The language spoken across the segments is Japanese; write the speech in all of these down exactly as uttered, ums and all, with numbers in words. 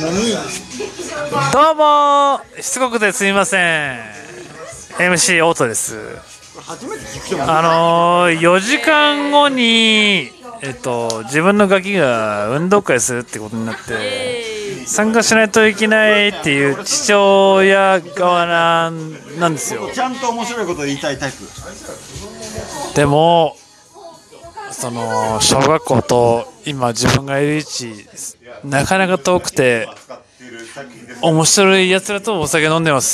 どうもしつこくてすみません。 エムシー オートです。あのー、よじかんごに、えっと、自分のガキが運動会するってことになって参加しないといけないっていう父親側なんなんですよ。 ちゃんと面白いことを言いたいタイプ。 でもその小学校と今自分がいる位置なかなか遠くて面白いやつらとお酒飲んでます。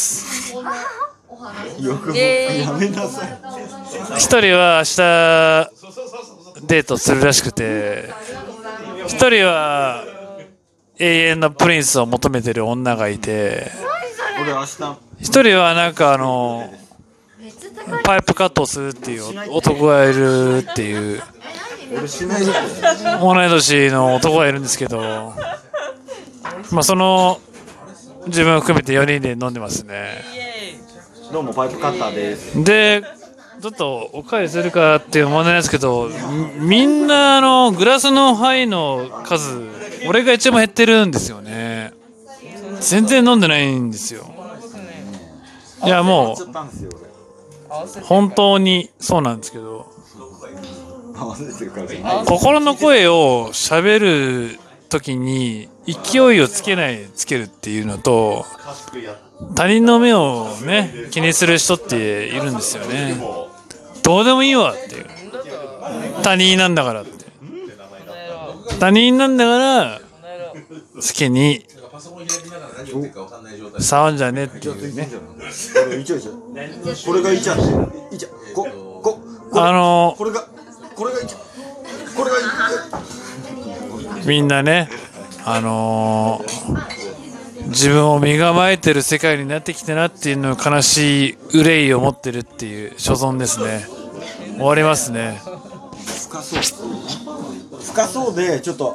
よくやめなさい。 一人は明日デートするらしくて、一人は永遠のプリンスを求めてる女がいて、 俺明日一人はなんかあのパイプカットをするっていう男がいるっていう、 俺しない同い年の男がいるんですけど、まあその自分を含めてよにんで飲んでますね。 どうもパイプカッターです。 でちょっとおかわりするかっていう問題なんですけど、みんなのグラスの杯の数俺が一番減ってるんですよね。全然飲んでないんですよ。いやもう本当にそうなんですけど、心の声を喋る時に勢いをつけないつけるっていうのと、他人の目をね気にする人っているんですよね。どうでもいいわっていう、他人なんだからって、他人なんだから好きに触んじゃねっていうね。 これがいいじゃん。いいじゃん。ここあのこれがこれがいいじゃん。これがいい。 みんなね、あのー自分を身構えてる世界になってきたなっていうのを悲しい憂いを持ってるっていう所存ですね。終わりますね。 深そう深そうでちょっと